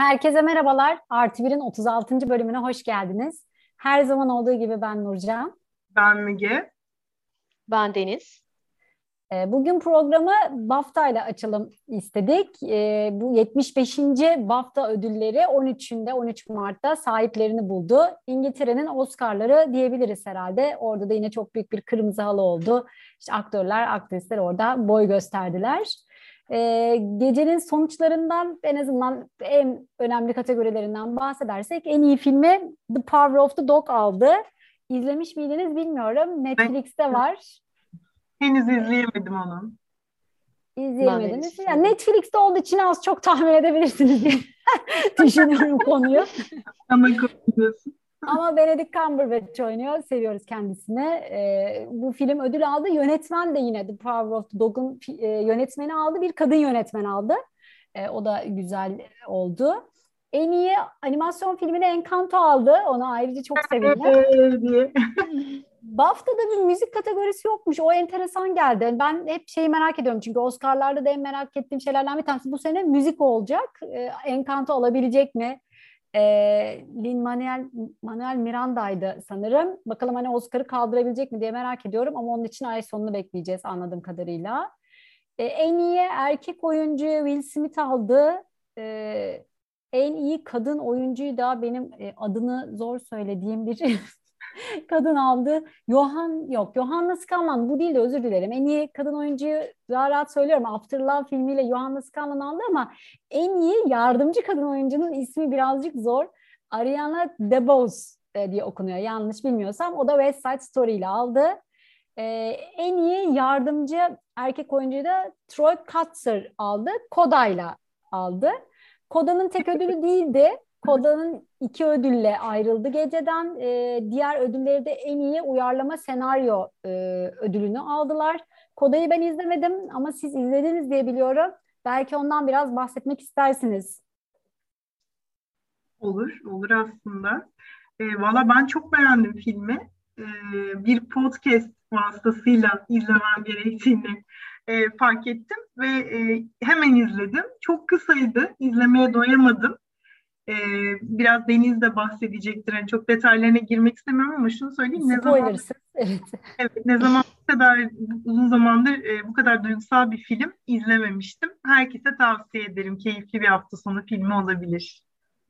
Herkese merhabalar. Artı bir'in 36. bölümüne hoş geldiniz. Her zaman olduğu gibi ben Nurcan. Ben Müge. Ben Deniz. Bugün programı BAFTA ile açalım istedik. Bu 75. BAFTA ödülleri 13 Mart'ta sahiplerini buldu. İngiltere'nin Oscar'ları diyebiliriz herhalde. Orada da yine çok büyük bir kırmızı halı oldu. İşte aktörler, aktrisler orada boy gösterdiler. Gecenin sonuçlarından en azından en önemli kategorilerinden bahsedersek en iyi filmi The Power of the Dog aldı. İzlemiş miydiniz bilmiyorum. Ben Netflix'te var. henüz izleyemedim onu. Ben de henüz İzleyemediniz. Yani izlemedim. Netflix'te olduğu için az çok tahmin edebilirsiniz diye düşünüyorum konuyu. Ana konuşuyorsun. Ama Benedict Cumberbatch oynuyor. Seviyoruz kendisini. Bu film ödül aldı. Yönetmen de yine The Power of the Dog'un yönetmeni aldı. Bir kadın yönetmen aldı. O da güzel oldu. En iyi animasyon filmini Encanto aldı. Ona ayrıca çok sevindim. Diye. BAFTA'da bir müzik kategorisi yokmuş. O enteresan geldi. Ben hep şeyi merak ediyorum. Çünkü Oscar'larda da en merak ettiğim şeylerden bir tanesi bu sene müzik olacak. Encanto alabilecek mi? Manuel Miranda'ydı sanırım. Bakalım hani Oscar'ı kaldırabilecek mi diye merak ediyorum. Ama onun için ay sonunu bekleyeceğiz anladığım kadarıyla. En iyi erkek oyuncu Will Smith aldı. En iyi kadın oyuncuyu da benim adını zor söylediğim bir kadın aldı. Johanna Scanlon bu değil de özür dilerim. En iyi kadın oyuncuyu daha rahat söylüyorum. After Love filmiyle Johanna Scanlon aldı ama en iyi yardımcı kadın oyuncunun ismi birazcık zor. Ariana DeBose diye okunuyor. Yanlış bilmiyorsam. O da West Side Story ile aldı. Ee, En iyi yardımcı erkek oyuncuyu da Troy Kotsur aldı. Koda'yla aldı. Koda'nın tek ödülü değildi. Koda'nın iki ödülle ayrıldı geceden. Diğer ödülleri de en iyi uyarlama senaryo ödülünü aldılar. Koda'yı ben izlemedim ama siz izlediniz diye biliyorum. Belki ondan biraz bahsetmek istersiniz. Olur aslında. Valla ben çok beğendim filmi. Bir podcast vasıtasıyla izlemem gerektiğini fark ettim ve hemen izledim. Çok kısaydı, izlemeye doyamadım. E, Biraz Deniz de bahsedecektir. Yani çok detaylarına girmek istemiyorum ama şunu söyleyeyim. Spoilersız. Evet. Evet, ne zaman bu kadar uzun zamandır bu kadar duygusal bir film izlememiştim. Herkese tavsiye ederim. Keyifli bir hafta sonu filmi olabilir.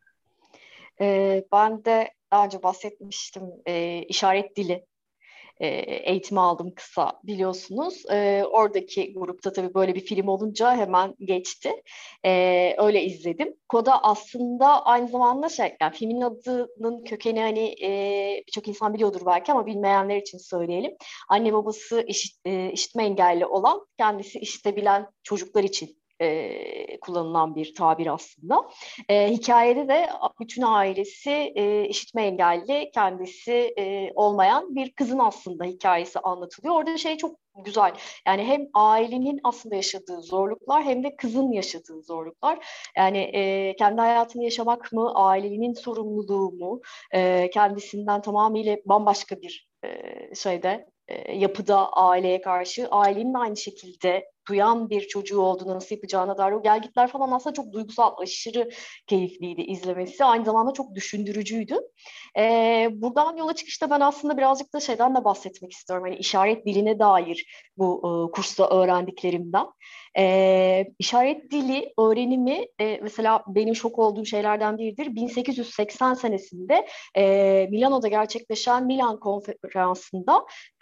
Ben de daha önce bahsetmiştim. İşaret dili eğitimi aldım kısa biliyorsunuz. Oradaki grupta tabii böyle bir film olunca hemen geçti. Öyle izledim. Koda aslında aynı zamanda yani filmin adının kökeni hani birçok insan biliyordur belki ama bilmeyenler için söyleyelim. Anne babası işitme engelli olan, kendisi işitebilen çocuklar için kullanılan bir tabir aslında. Hikayede de bütün ailesi işitme engelli, kendisi olmayan bir kızın aslında hikayesi anlatılıyor. Orada şey çok güzel. Yani hem ailenin aslında yaşadığı zorluklar hem de kızın yaşadığı zorluklar. Yani kendi hayatını yaşamak mı, ailenin sorumluluğu mu, kendisinden tamamıyla bambaşka bir yapıda aileye karşı, ailenin aynı şekilde duyan bir çocuğu olduğunu nasıl yapacağına dair o gelgitler falan aslında çok duygusal, aşırı keyifliydi izlemesi. Aynı zamanda çok düşündürücüydü. Buradan yola çıkışta ben aslında birazcık da şeyden de bahsetmek istiyorum. Hani işaret diline dair bu kursta öğrendiklerimden. İşaret dili öğrenimi mesela benim şok olduğum şeylerden biridir. 1880 senesinde Milano'da gerçekleşen Milan Konferansı'nda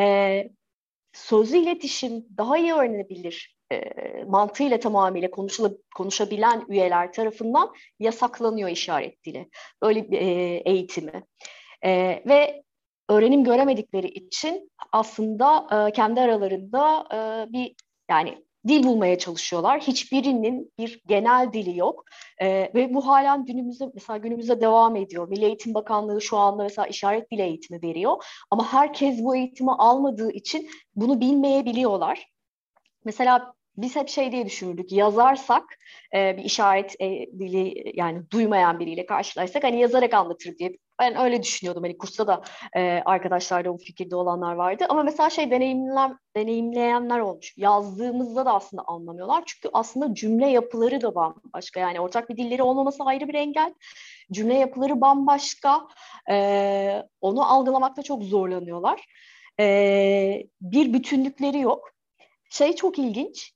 sözlü iletişim daha iyi öğrenebilir mantığıyla tamamıyla konuşabilen üyeler tarafından yasaklanıyor işaret dili. Öyle bir eğitimi. Ve öğrenim göremedikleri için aslında kendi aralarında bir yani dil bulmaya çalışıyorlar. Hiçbirinin bir genel dili yok. Ve bu halen günümüzde devam ediyor. Milli Eğitim Bakanlığı şu anda mesela işaret dili eğitimi veriyor. Ama herkes bu eğitimi almadığı için bunu bilmeyebiliyorlar. Mesela biz hep şey diye düşünürdük, yazarsak bir işaret dili yani duymayan biriyle karşılaşsak hani yazarak anlatır diye Ben öyle düşünüyordum. Hani kursta da arkadaşlarla bu fikirde olanlar vardı. Ama mesela deneyimleyenler olmuş. Yazdığımızda da aslında anlamıyorlar. Çünkü aslında cümle yapıları da bambaşka. Yani ortak bir dilleri olmaması ayrı bir engel. Cümle yapıları bambaşka. Onu algılamakta çok zorlanıyorlar. Bir bütünlükleri yok. Çok ilginç.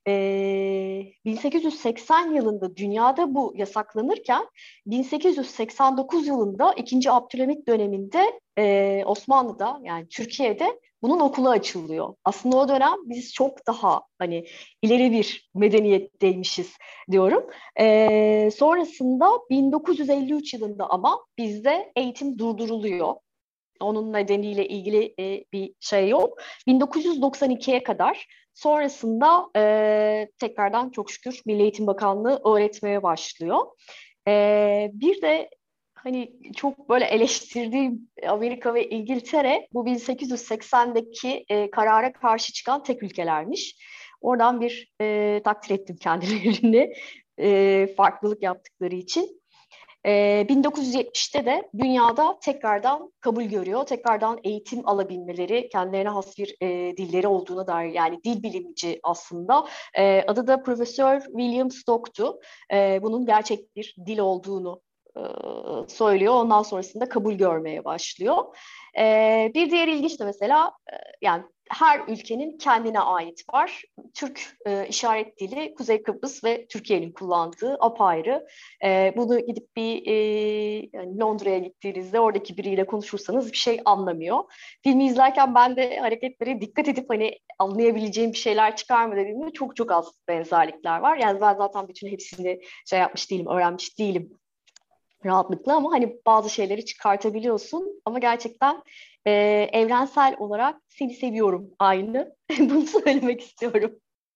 1880 yılında dünyada bu yasaklanırken 1889 yılında 2. Abdülhamit döneminde Osmanlı'da, yani Türkiye'de bunun okulu açılıyor. Aslında o dönem biz çok daha hani ileri bir medeniyetteymişiz diyorum. Sonrasında 1953 yılında ama bizde eğitim durduruluyor. Onun nedeniyle ilgili bir şey yok. 1992'ye kadar, sonrasında tekrardan çok şükür Milli Eğitim Bakanlığı öğretmeye başlıyor. Bir de hani çok böyle eleştirdiğim Amerika ve İngiltere bu 1880'deki karara karşı çıkan tek ülkelermiş. Oradan bir takdir ettim kendilerini farklılık yaptıkları için. 1970'te de dünyada tekrardan kabul görüyor, tekrardan eğitim alabilmeleri, kendilerine has bir dilleri olduğuna dair, yani dil bilimci aslında. Adı da Profesör William Stock'tu. Bunun gerçek bir dil olduğunu söylüyor. Ondan sonrasında kabul görmeye başlıyor. Bir diğer ilginç de mesela yani her ülkenin kendine ait var. Türk işaret dili Kuzey Kıbrıs ve Türkiye'nin kullandığı apayrı. Bunu gidip bir yani Londra'ya gittiğinizde oradaki biriyle konuşursanız bir şey anlamıyor. Filmi izlerken ben de hareketlere dikkat edip hani anlayabileceğim bir şeyler çıkar mı dediğimde çok çok az benzerlikler var. Yani ben zaten bütün hepsini yapmış değilim, öğrenmiş değilim rahatlıkla, ama hani bazı şeyleri çıkartabiliyorsun. Ama gerçekten evrensel olarak seni seviyorum aynı. Bunu söylemek istiyorum.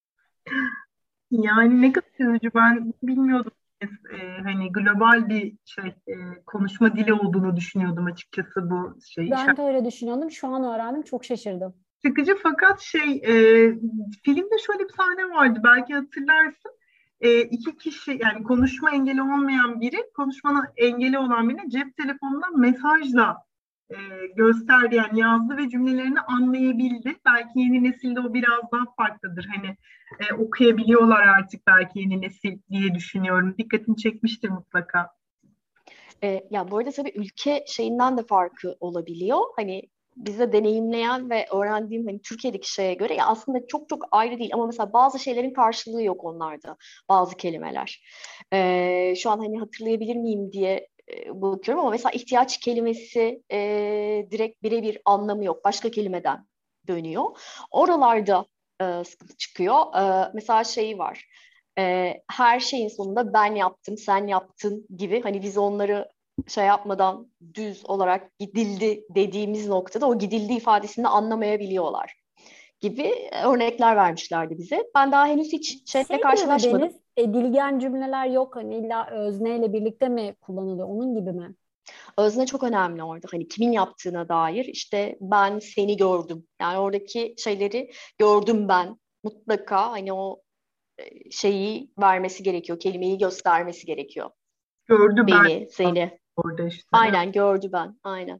Yani ne kadar üzücü, ben bilmiyordum. Hani global bir konuşma dili olduğunu düşünüyordum açıkçası bu şey. Ben de öyle düşünüyordum. Şu an öğrendim. Çok şaşırdım. Sıkıcı fakat filmde şöyle bir sahne vardı, belki hatırlarsın. İki kişi, yani konuşma engeli olmayan biri konuşmanın engeli olan birine cep telefonundan mesajla e, gösterdi, yani yazdı ve cümlelerini anlayabildi. Belki yeni nesilde o biraz daha farklıdır. Hani okuyabiliyorlar artık belki yeni nesil diye düşünüyorum. Dikkatini çekmiştir mutlaka. Ya bu arada tabii ülke şeyinden de farkı olabiliyor. Hani bize deneyimleyen ve öğrendiğim hani Türkiye'deki şeye göre ya aslında çok çok ayrı değil, ama mesela bazı şeylerin karşılığı yok onlarda, bazı kelimeler. Şu an hani hatırlayabilir miyim diye bakıyorum, ama mesela ihtiyaç kelimesi direkt birebir anlamı yok. Başka kelimeden dönüyor. Oralarda sıkıntı çıkıyor. Mesela şeyi var. Her şeyin sonunda ben yaptım, sen yaptın gibi, hani biz onları yapmadan düz olarak gidildi dediğimiz noktada o gidildi ifadesini anlamayabiliyorlar gibi örnekler vermişlerdi bize. Ben daha henüz hiç şeyle Gibi mi karşılaşmadım. Deniz? Edilgen cümleler yok. Hani illa özneyle birlikte mi kullanılıyor? Onun gibi mi? Özne çok önemli orada. Hani kimin yaptığına dair, işte ben seni gördüm. Yani oradaki şeyleri gördüm ben. Mutlaka hani o şeyi vermesi gerekiyor. Kelimeyi göstermesi gerekiyor. Gördü ben Beni, seni. orada işte. Evet. Aynen, gördü ben. Aynen.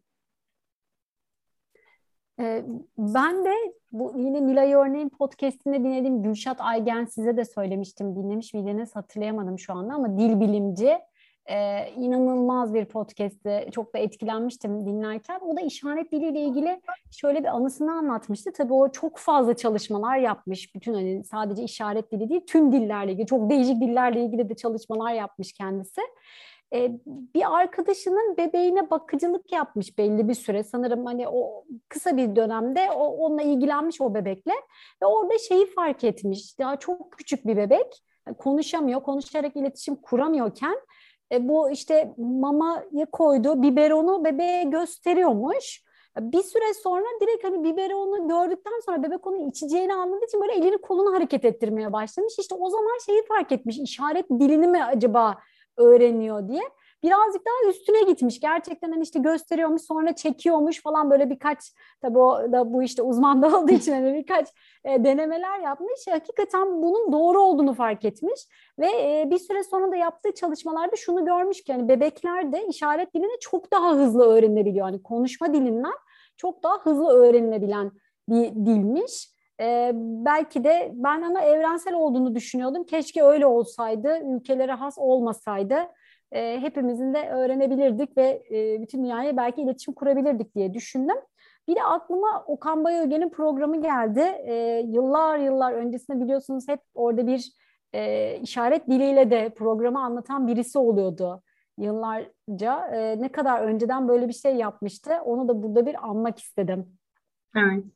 Ben de bu yine Nilay Örneğin podcastinde dinlediğim Gülşat Aygen, size de söylemiştim. Dinlemiş miydiniz hatırlayamadım şu anda, ama dil bilimci. İnanılmaz bir podcast'ti. Çok da etkilenmiştim dinlerken. O da işaret diliyle ilgili şöyle bir anısını anlatmıştı. Tabii o çok fazla çalışmalar yapmış. Bütün hani sadece işaret dili değil, tüm dillerle ilgili, çok değişik dillerle ilgili de çalışmalar yapmış kendisi. Bir arkadaşının bebeğine bakıcılık yapmış belli bir süre. Sanırım hani o kısa bir dönemde onunla ilgilenmiş o bebekle ve orada şeyi fark etmiş. Daha çok küçük bir bebek, konuşamıyor, konuşarak iletişim kuramıyorken bu işte mamaya koyduğu biberonu bebeğe gösteriyormuş. Bir süre sonra direkt hani biberonu gördükten sonra bebek onun içeceğini anladığı için böyle elini kolunu hareket ettirmeye başlamış. İşte o zaman şeyi fark etmiş. İşaret dilini mi acaba öğreniyor diye. birazcık daha üstüne gitmiş. Gerçekten hani işte gösteriyormuş, sonra çekiyormuş falan, böyle birkaç, tabii o da bu işte uzman da olduğu için hani birkaç denemeler yapmış. Hakikaten bunun doğru olduğunu fark etmiş ve bir süre sonra da yaptığı çalışmalarda şunu görmüş ki yani bebekler de işaret dilini çok daha hızlı öğrenebiliyor. Yani konuşma dilinden çok daha hızlı öğrenilebilen bir dilmiş. Belki de ben ama evrensel olduğunu düşünüyordum. Keşke öyle olsaydı, ülkelere has olmasaydı. Hepimizin de öğrenebilirdik ve bütün dünyaya belki iletişim kurabilirdik diye düşündüm. Bir de aklıma Okan Bayülgen'in programı geldi. Yıllar yıllar öncesinde biliyorsunuz hep orada bir işaret diliyle de programı anlatan birisi oluyordu. Yıllarca ne kadar önceden böyle bir şey yapmıştı. Onu da burada bir anmak istedim. Evet.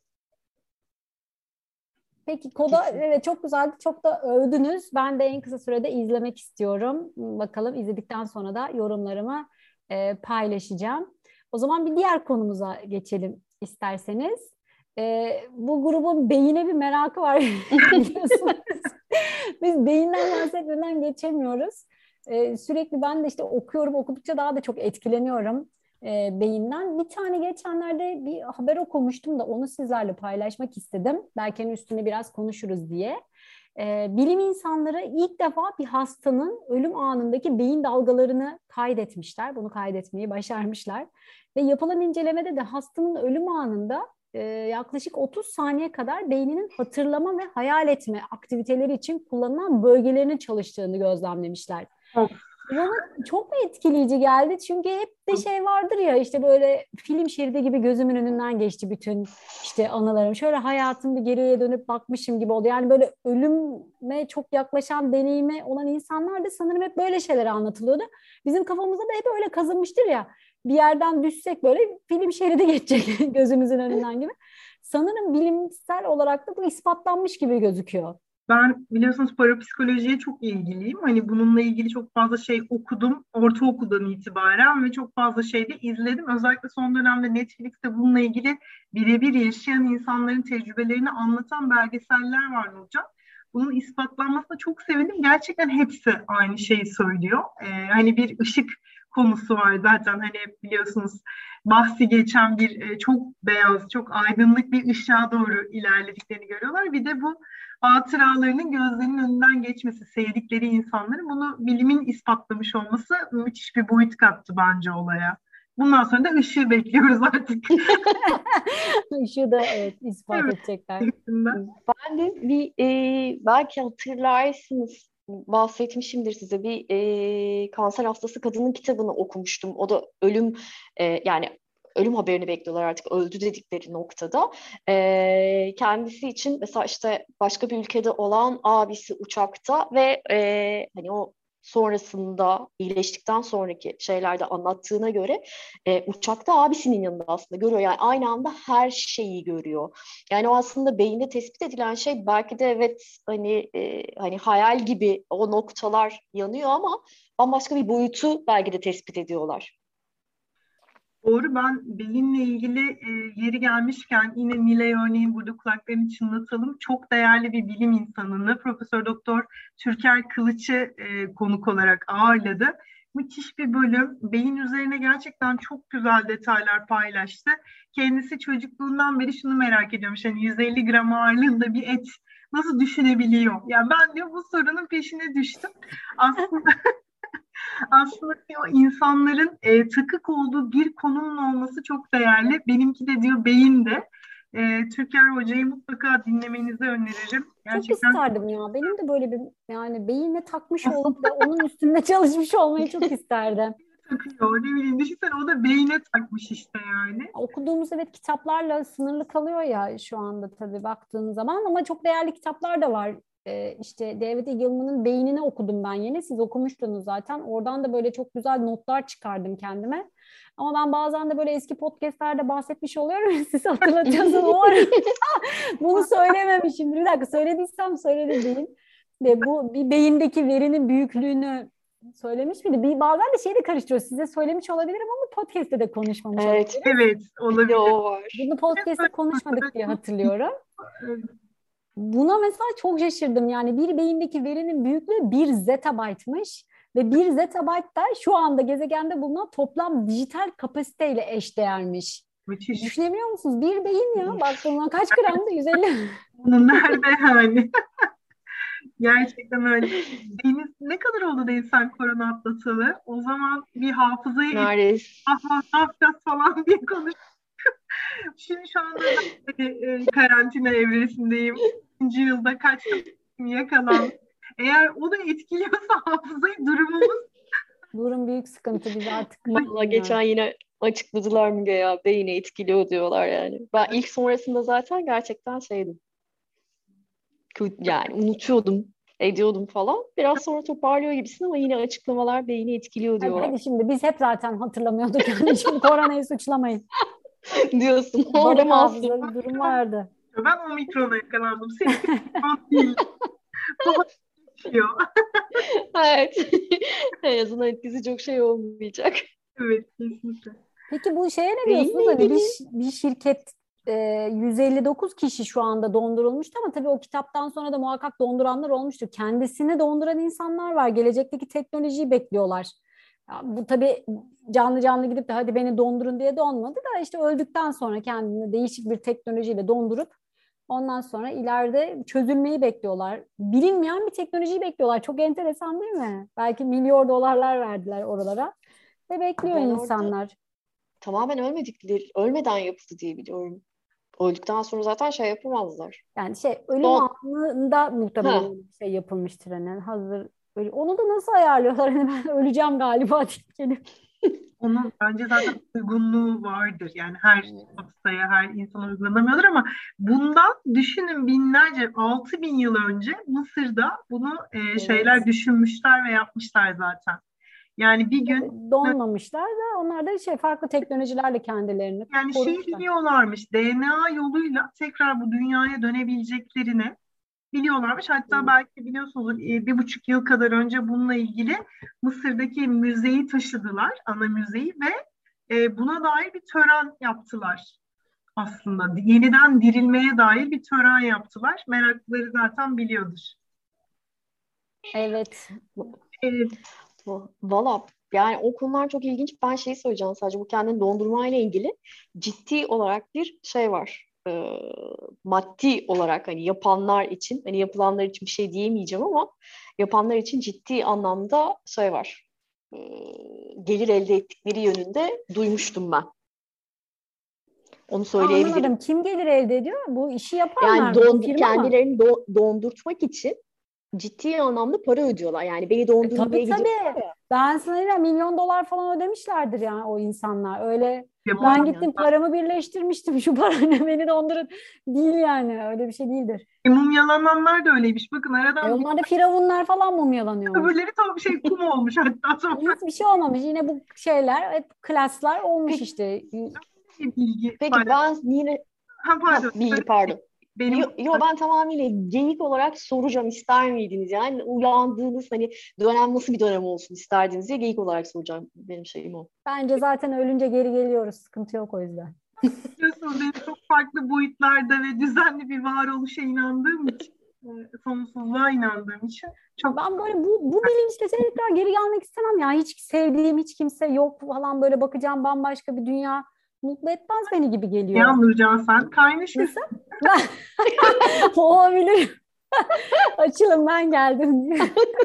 Peki Koda, evet çok güzeldi, çok da övdünüz. Ben de en kısa sürede izlemek istiyorum. Bakalım izledikten sonra da yorumlarımı paylaşacağım. O zaman bir diğer konumuza geçelim isterseniz. Bu grubun beyine bir merakı var biliyorsunuz. Biz beyinden bahsetmeden geçemiyoruz. Sürekli ben de işte okuyorum, okudukça daha da çok etkileniyorum beyinden. Bir tane geçenlerde bir haber okumuştum da onu sizlerle paylaşmak istedim. Belki hani üstüne biraz konuşuruz diye. Bilim insanları ilk defa bir hastanın ölüm anındaki beyin dalgalarını kaydetmişler. Bunu kaydetmeyi başarmışlar. Ve yapılan incelemede de hastanın ölüm anında yaklaşık 30 saniye kadar beyninin hatırlama ve hayal etme aktiviteleri için kullanılan bölgelerinin çalıştığını gözlemlemişler. Of. Bana çok mu etkileyici geldi? Çünkü hep de şey vardır ya, işte böyle film şeridi gibi gözümün önünden geçti bütün işte anılarım. Şöyle hayatım bir geriye dönüp bakmışım gibi oldu. Yani böyle ölüme çok yaklaşan deneyimi olan insanlar da sanırım hep böyle şeyler anlatılıyordu. Bizim kafamızda da hep öyle kazınmıştır ya. Bir yerden düşsek böyle film şeridi geçecek gözümüzün önünden gibi. Sanırım bilimsel olarak da bu ispatlanmış gibi gözüküyor. Ben biliyorsunuz parapsikolojiye çok ilgiliyim. Hani bununla ilgili çok fazla şey okudum ortaokuldan itibaren ve çok fazla şey de izledim. Özellikle son dönemde Netflix'te bununla ilgili birebir yaşayan insanların tecrübelerini anlatan belgeseller var Nurcan. Bunun ispatlanmasına çok sevindim. Gerçekten hepsi aynı şeyi söylüyor. Hani bir ışık konusu var zaten, hani biliyorsunuz bahsi geçen bir çok beyaz, çok aydınlık bir ışığa doğru ilerlediklerini görüyorlar. Bir de bu hatıralarının gözlerinin önünden geçmesi, sevdikleri insanların, bunu bilimin ispatlamış olması müthiş bir boyut kattı bence olaya. Bundan sonra da ışığı bekliyoruz artık. Işığı da evet ispat Evet. edecekler. Ben de bir belki hatırlarsınız, bahsetmişimdir size, bir kanser hastası kadının kitabını okumuştum. O da ölüm yani ölüm haberini bekliyorlar, artık öldü dedikleri noktada. Kendisi için mesela işte başka bir ülkede olan abisi uçakta ve hani o sonrasında iyileştikten sonraki şeylerde anlattığına göre uçakta abisinin yanında aslında görüyor. Yani aynı anda her şeyi görüyor. Yani o aslında beyinde tespit edilen şey belki de evet hani hayal gibi o noktalar yanıyor ama bambaşka bir boyutu belki de tespit ediyorlar. Doğru, ben beyinle ilgili yeri gelmişken yine Nilay örneğin burada kulaklarını çınlatalım. Çok değerli bir bilim insanını Profesör Doktor Türker Kılıç'ı konuk olarak ağırladı. Müthiş bir bölüm. Beyin üzerine gerçekten çok güzel detaylar paylaştı. Kendisi çocukluğundan beri şunu merak ediyormuş. Hani 150 gram ağırlığında bir et nasıl düşünebiliyor? Yani ben diyor bu sorunun peşine düştüm. Aslında o insanların takık olduğu bir konunun olması çok değerli. Benimki de diyor beyinde. Türker Hoca'yı mutlaka dinlemenizi öneririm. Çok Gerçekten isterdim ya. Benim de böyle bir yani beyine takmış olup da onun üstünde çalışmış olmayı çok isterdim. takıyor. Ne bileyim, düşünsene o da beyine takmış işte yani. Okuduğumuz evet kitaplarla sınırlı kalıyor ya şu anda tabii baktığın zaman, ama çok değerli kitaplar da var. İşte David Eagleman'ın Beynini okudum ben yeni. Siz okumuştunuz zaten. Oradan da böyle çok güzel notlar çıkardım kendime. Ama ben bazen de böyle eski podcastlerde bahsetmiş oluyorum. Siz hatırlatıyorsunuz. Umarım bunu söylememişim. Bir dakika, söylediysem söyledim değil. Ve bu bir beyindeki verinin büyüklüğünü söylemiş miydi? Bazen de şeyi de karıştırıyor. Size söylemiş olabilirim ama podcast'te de konuşmamış Evet, olabilirim. Evet, bir de olabilir. o var. Bunu podcast'te konuşmadık diye hatırlıyorum. Buna mesela çok şaşırdım. Yani bir beyindeki verinin büyüklüğü 1 zettabyte'mış. Ve 1 zettabyte da şu anda gezegende bulunan toplam dijital kapasiteyle eşdeğermiş. Müthiş. Düşünebiliyor musunuz? Bir beyin ya. Baktığımda kaç gramda? 150. Bunun nerede yani? Gerçekten öyle. Deniz ne kadar oldu Deniz sen korona atlatalı? O zaman bir hafızayı Neredeyse. ne yapacağız falan diye konuş. Şimdi şu anda ben karantina evresindeyim. 2. yılda kaç tane yakalandım. Eğer o da etkiliyorsa hafızayı durumumuz. Durum büyük sıkıntı. Biz artık Valla geçen yine açıkladılar Müge ya. Beyni etkiliyor diyorlar yani. Ben ilk sonrasında zaten gerçekten şeydim. Yani unutuyordum, ediyordum falan. Biraz sonra toparlıyor gibisin ama yine açıklamalar beyni etkiliyor diyorlar. Hadi şimdi biz hep zaten hatırlamıyorduk yani. Şimdi koronayı suçlamayın. Diyorsun. Balık Orada masum. hafızalı bir durum vardı. Ben omikrona yakalandım. Seninki değil. Bu geçiyor. Evet. En azından etkisi çok şey olmayacak. Evet, kesinlikle. Peki bu şeye ne Beyinle diyorsunuz? Hani ilgili- bir şirket 159 kişi şu anda dondurulmuştu ama tabii o kitaptan sonra da muhakkak donduranlar olmuştur. Kendisini donduran insanlar var. Gelecekteki teknolojiyi bekliyorlar. Ya bu tabii canlı canlı gidip de hadi beni dondurun diye de olmadı da işte öldükten sonra kendini değişik bir teknolojiyle dondurup ondan sonra ileride çözülmeyi bekliyorlar. Bilinmeyen bir teknolojiyi bekliyorlar. Çok enteresan değil mi? Belki milyar dolarlar verdiler oralara ve bekliyor Ben orada insanlar. tamamen ölmeden yapıldı diye biliyorum. Öldükten sonra zaten şey yapamazlar. Yani ölüm Son. anında muhtemelen Ha. öyle bir şey yapılmıştır hani hazır. Onu da nasıl ayarlıyorlar? Hani ben öleceğim galiba diye gelip. Onun bence zaten uygunluğu vardır. Yani her hastaya, her insana uygulanamıyordur ama bundan düşünün binlerce, 6.000 yıl önce Mısır'da bunu şeyler Evet. düşünmüşler ve yapmışlar zaten. Yani bir gün Donmamışlar da onlar da farklı teknolojilerle kendilerini yani şeyi korumuşlar. biliyorlarmış, DNA yoluyla tekrar bu dünyaya dönebileceklerini biliyorlarmış. Hatta belki biliyorsunuz 1,5 yıl kadar önce bununla ilgili Mısır'daki müzeyi taşıdılar, ana müzeyi ve buna dair bir tören yaptılar aslında. Yeniden dirilmeye dair bir tören yaptılar. Meraklıları zaten biliyordur. Evet. Evet, Valla yani o konular çok ilginç. Ben şeyi söyleyeceğim sadece bu kendini dondurmayla ilgili ciddi olarak bir şey var. Maddi olarak hani yapanlar için hani yapılanlar için bir şey diyemeyeceğim ama yapanlar için ciddi anlamda şey var. Gelir elde ettikleri yönünde duymuştum ben. Onu söyleyebilirim. Anlamadım. Kim gelir elde ediyor? Bu işi yapanlar Yani mı? Bu firma mı? kendilerini dondurtmak için ciddi anlamda para ödüyorlar. Yani beni dondurun diye Tabii gidiyorlar tabii. ya. Ben sana diyeyim, milyon dolar falan ödemişlerdir yani o insanlar. Öyle ben yapım, gittim paramı birleştirmiştim şu parayla beni dondurun. Değil yani öyle bir şey değildir. mumyalananlar da öyleymiş. Bakın aradan Onlar da firavunlar falan mumyalanıyormuş. öbürleri tam kum olmuş hatta sonra Hiçbir şey olmamış. Yine bu şeyler hep klaslar olmuş Peki, işte. bir bilgi peki ben yine pardon. bilgi pardon. Benim Ben tamamıyla geyik olarak soracağım ister miydiniz? Yani uyandığınız hani dönem nasıl bir dönem olsun isterdiniz diye geyik olarak soracağım. Benim şeyim o. Bence zaten ölünce geri geliyoruz. Sıkıntı yok o yüzden. biliyorsunuz benim çok farklı boyutlarda ve düzenli bir varoluşa inandığım için, sonsuzluğa inandığım için çok Ben böyle bu bilinçle tekrar geri gelmek istemem ya. Hiç sevdiğim hiç kimse yok falan böyle bakacağım bambaşka bir dünya mutlu etmez beni gibi geliyor. Nurcan sen kaynaşırsın. Ben olabilir. Açılın ben geldim diye.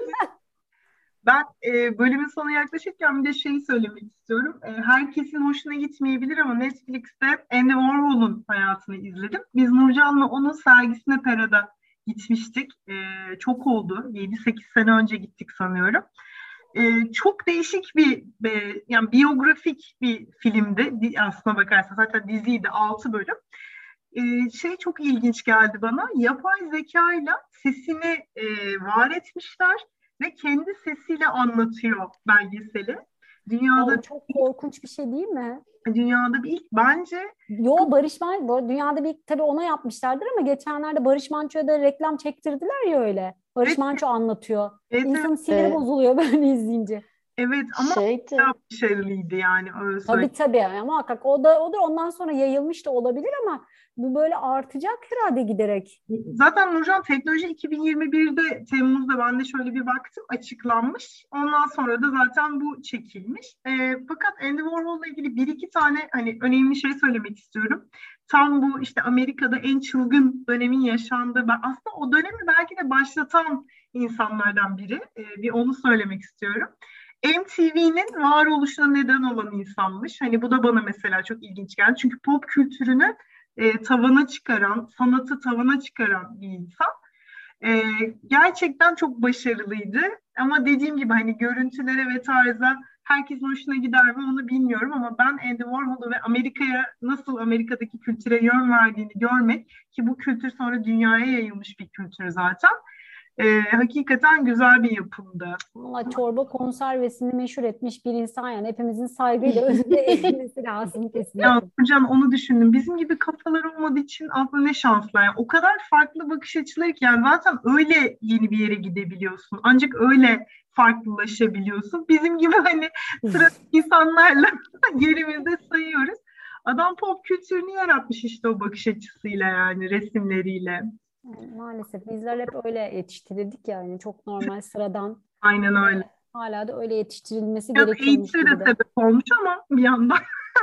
Ben bölümün sonuna yaklaşırken bir de şeyi söylemek istiyorum. Herkesin hoşuna gitmeyebilir ama Netflix'te Andy Warhol'un hayatını izledim. Biz Nurcan'la onun sergisine Pera'da gitmiştik. Çok oldu. 7-8 sene önce gittik sanıyorum. Çok değişik bir yani biyografik bir filmdi. Aslına bakarsan zaten diziydi 6 bölüm. Şey çok ilginç geldi bana. Yapay zekayla sesini var etmişler ve kendi sesiyle anlatıyor belgeseli. O çok korkunç bir şey değil mi? Dünyada bir ilk bence. Yo Barış Manço dünyada bir tabii ona yapmışlardır ama geçenlerde Barış Manço'ya da reklam çektirdiler ya öyle. Barış Evet, Manço anlatıyor. evet, İnsanın siniri bozuluyor böyle izleyince. Evet ama Şeydi. bayağı başarılıydı yani, öyle söyleyeyim. Tabii yani muhakkak o da ondan sonra yayılmış da olabilir ama bu böyle artacak herhalde giderek. Zaten Nurcan, teknoloji 2021'de Temmuz'da ben de şöyle bir baktım, açıklanmış. Ondan sonra da zaten bu çekilmiş. Fakat Andy Warhol'la ilgili bir iki tane hani önemli şey söylemek istiyorum. Tam bu işte Amerika'da en çılgın dönemin yaşandığı, ben aslında o dönemi belki de başlatan insanlardan biri. Bir onu söylemek istiyorum. MTV'nin varoluşuna neden olan insanmış. Hani bu da bana mesela çok ilginç geldi. Çünkü pop kültürünü tavana çıkaran, sanatı tavana çıkaran bir insan. E, Gerçekten çok başarılıydı. Ama dediğim gibi hani görüntülere ve tarza herkesin hoşuna gider mi onu bilmiyorum, ama ben Andy Warhol'u ve Amerika'ya, nasıl Amerika'daki kültüre yön verdiğini görmek, ki bu kültür sonra dünyaya yayılmış bir kültür zaten. Hakikaten güzel bir yapımdı. Valla çorba konservesini meşhur etmiş bir insan, yani hepimizin saygıyla önünde eğilmesi lazım Ya kesinlikle. hocam, onu düşündüm. Bizim gibi kafalar olmadığı için aslında ne şanslar. Yani o kadar farklı bakış açıları ki, yani zaten öyle yeni bir yere gidebiliyorsun. Ancak öyle farklılaşabiliyorsun. Bizim gibi hani sıradan insanlarla yerimizde sayıyoruz. Adam pop kültürünü yaratmış işte o bakış açısıyla, yani resimleriyle. Yani maalesef bizler hep öyle yetiştirildik, yani çok normal sıradan Aynen ve öyle. hala da öyle yetiştirilmesi Biraz gerekiyormuş eğitime gibi de de. sebep olmuş ama bir yandan.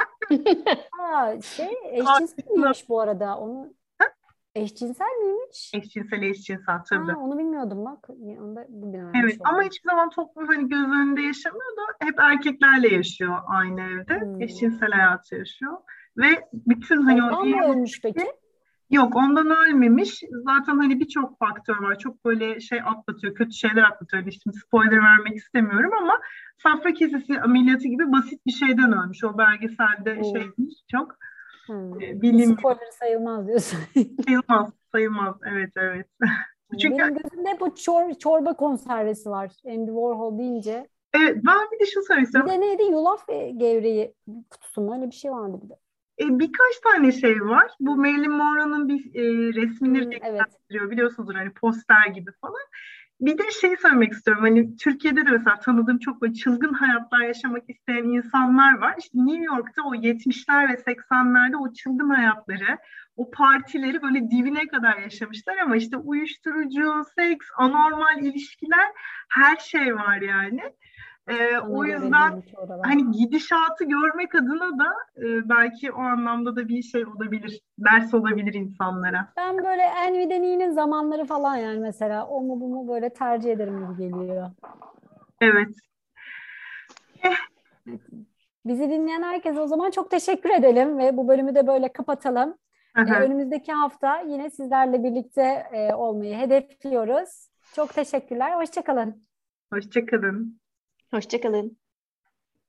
Eşcinsel miymiş bu arada? Onu eşcinsel miymiş? Eşcinsel tabii. Onu bilmiyordum bak. Onu da bugün Evet, öğrenmiş ama oldum. hiçbir zaman toplum hani göz önünde yaşamıyor da hep erkeklerle yaşıyor aynı evde. Hmm. Eşcinsel hayatı yaşıyor. Ve bütün hani o Ondan mı ölmüş peki? yok, ondan ölmemiş. Zaten hani birçok faktör var. Çok böyle şey atlatıyor, kötü şeyler atlatıyor. Hani şimdi spoiler vermek istemiyorum ama safra kesesi ameliyatı gibi basit bir şeyden ölmüş. O belgeselde Oo. şeymiş çok Bu bilim spoiler sayılmaz diyorsun. sayılmaz. Evet, evet. Çünkü Benim gözümde hep o çorba konservesi var. Andy Warhol deyince. evet, ben bir de şunu söylemek Bir istiyorum. de neydi? Yulaf gevreği kutusu mu? Öyle bir şey vardı bir de. Birkaç tane şey var. Bu Marilyn Monroe'nun bir resmini Evet. renklendiriyor. Biliyorsunuzdur, hani poster gibi falan. Bir de şey söylemek istiyorum. Hani Türkiye'de de mesela tanıdığım çok böyle çılgın hayatlar yaşamak isteyen insanlar var. İşte New York'ta o 70'ler ve 80'lerde o çılgın hayatları, o partileri böyle dibine kadar yaşamışlar, ama işte uyuşturucu, seks, anormal ilişkiler, her şey var yani. Bana O göre yüzden değil ki oralar. hani gidişatı görmek adına da belki o anlamda da bir şey olabilir, ders olabilir insanlara. Ben böyle Envy'den zamanları falan, yani mesela o mu bu mu böyle tercih ederim gibi geliyor. Evet. Eh, Evet. Bizi dinleyen herkese o zaman çok teşekkür edelim ve bu bölümü de böyle kapatalım. aha. Önümüzdeki hafta yine sizlerle birlikte olmayı hedefliyoruz. Çok teşekkürler. Hoşça kalın. Hoşça kalın. Hoşça kalın.